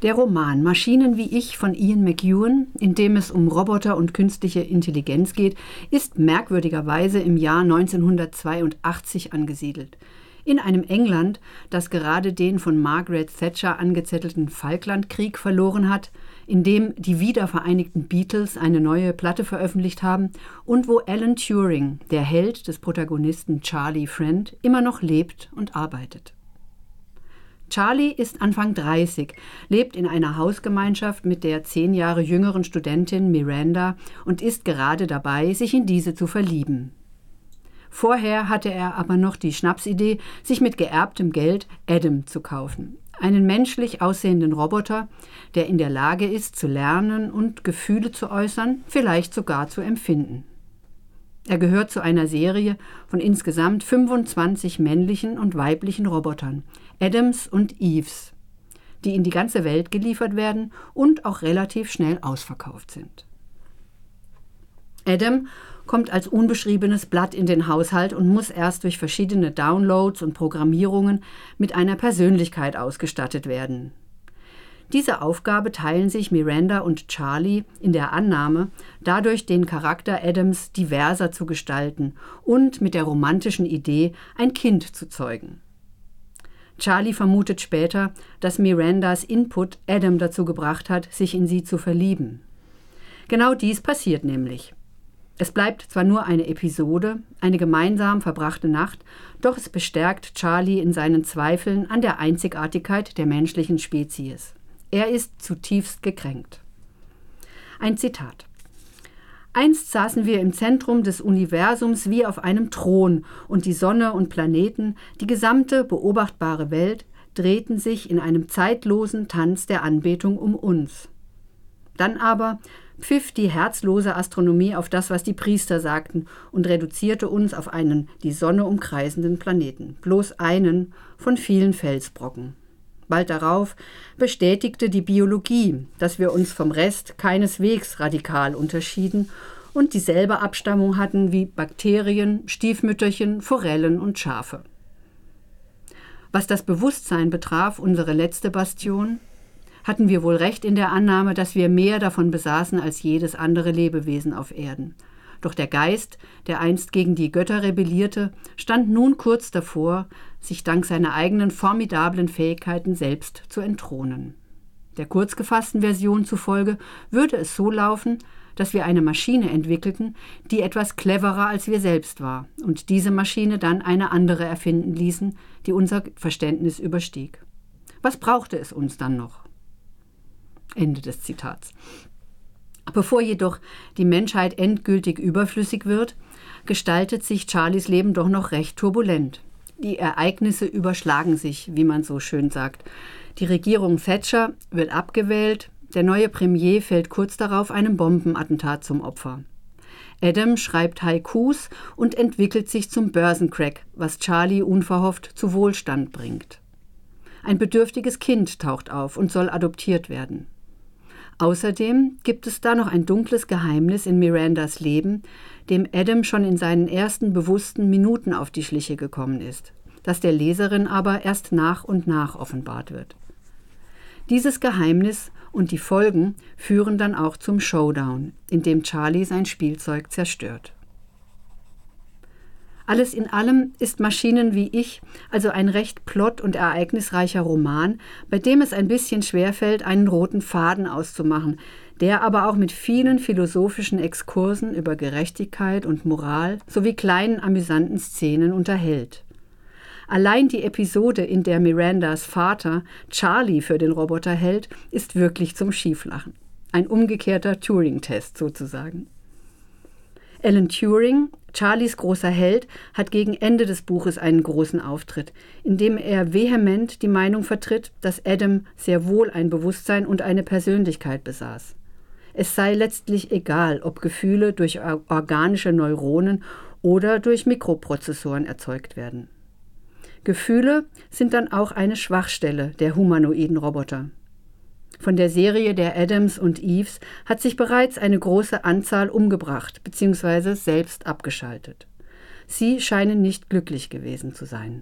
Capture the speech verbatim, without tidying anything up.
Der Roman Maschinen wie ich von Ian McEwan, in dem es um Roboter und künstliche Intelligenz geht, ist merkwürdigerweise im Jahr neunzehnhundertzweiundachtzig angesiedelt. In einem England, das gerade den von Margaret Thatcher angezettelten Falklandkrieg verloren hat, in dem die wiedervereinigten Beatles eine neue Platte veröffentlicht haben und wo Alan Turing, der Held des Protagonisten Charlie Friend, immer noch lebt und arbeitet. Charlie ist Anfang dreißig, lebt in einer Hausgemeinschaft mit der zehn Jahre jüngeren Studentin Miranda und ist gerade dabei, sich in diese zu verlieben. Vorher hatte er aber noch die Schnapsidee, sich mit geerbtem Geld Adam zu kaufen. Einen menschlich aussehenden Roboter, der in der Lage ist, zu lernen und Gefühle zu äußern, vielleicht sogar zu empfinden. Er gehört zu einer Serie von insgesamt fünfundzwanzig männlichen und weiblichen Robotern, Adams und Eves, die in die ganze Welt geliefert werden und auch relativ schnell ausverkauft sind. Adam kommt als unbeschriebenes Blatt in den Haushalt und muss erst durch verschiedene Downloads und Programmierungen mit einer Persönlichkeit ausgestattet werden. Diese Aufgabe teilen sich Miranda und Charlie in der Annahme, dadurch den Charakter Adams diverser zu gestalten und mit der romantischen Idee, ein Kind zu zeugen. Charlie vermutet später, dass Mirandas Input Adam dazu gebracht hat, sich in sie zu verlieben. Genau dies passiert nämlich. Es bleibt zwar nur eine Episode, eine gemeinsam verbrachte Nacht, doch es bestärkt Charlie in seinen Zweifeln an der Einzigartigkeit der menschlichen Spezies. Er ist zutiefst gekränkt. Ein Zitat. Einst saßen wir im Zentrum des Universums wie auf einem Thron und die Sonne und Planeten, die gesamte beobachtbare Welt, drehten sich in einem zeitlosen Tanz der Anbetung um uns. Dann aber pfiff die herzlose Astronomie auf das, was die Priester sagten, und reduzierte uns auf einen die Sonne umkreisenden Planeten, bloß einen von vielen Felsbrocken. Bald darauf bestätigte die Biologie, dass wir uns vom Rest keineswegs radikal unterschieden und dieselbe Abstammung hatten wie Bakterien, Stiefmütterchen, Forellen und Schafe. Was das Bewusstsein betraf, unsere letzte Bastion, hatten wir wohl recht in der Annahme, dass wir mehr davon besaßen als jedes andere Lebewesen auf Erden. Doch der Geist, der einst gegen die Götter rebellierte, stand nun kurz davor, sich dank seiner eigenen formidablen Fähigkeiten selbst zu entthronen. Der kurz gefassten Version zufolge würde es so laufen, dass wir eine Maschine entwickelten, die etwas cleverer als wir selbst war und diese Maschine dann eine andere erfinden ließen, die unser Verständnis überstieg. Was brauchte es uns dann noch? Ende des Zitats. Bevor jedoch die Menschheit endgültig überflüssig wird, gestaltet sich Charlies Leben doch noch recht turbulent. Die Ereignisse überschlagen sich, wie man so schön sagt. Die Regierung Thatcher wird abgewählt, der neue Premier fällt kurz darauf einem Bombenattentat zum Opfer. Adam schreibt Haikus und entwickelt sich zum Börsencrack, was Charlie unverhofft zu Wohlstand bringt. Ein bedürftiges Kind taucht auf und soll adoptiert werden. Außerdem gibt es da noch ein dunkles Geheimnis in Mirandas Leben, dem Adam schon in seinen ersten bewussten Minuten auf die Schliche gekommen ist, das der Leserin aber erst nach und nach offenbart wird. Dieses Geheimnis und die Folgen führen dann auch zum Showdown, in dem Charlie sein Spielzeug zerstört. Alles in allem ist Maschinen wie ich also ein recht plot- und ereignisreicher Roman, bei dem es ein bisschen schwerfällt, einen roten Faden auszumachen, der aber auch mit vielen philosophischen Exkursen über Gerechtigkeit und Moral sowie kleinen amüsanten Szenen unterhält. Allein die Episode, in der Mirandas Vater Charlie für den Roboter hält, ist wirklich zum Schieflachen. Ein umgekehrter Turing-Test sozusagen. Alan Turing, Charlies großer Held, hat gegen Ende des Buches einen großen Auftritt, in dem er vehement die Meinung vertritt, dass Adam sehr wohl ein Bewusstsein und eine Persönlichkeit besaß. Es sei letztlich egal, ob Gefühle durch organische Neuronen oder durch Mikroprozessoren erzeugt werden. Gefühle sind dann auch eine Schwachstelle der humanoiden Roboter. Von der Serie der Adams und Eves hat sich bereits eine große Anzahl umgebracht bzw. selbst abgeschaltet. Sie scheinen nicht glücklich gewesen zu sein.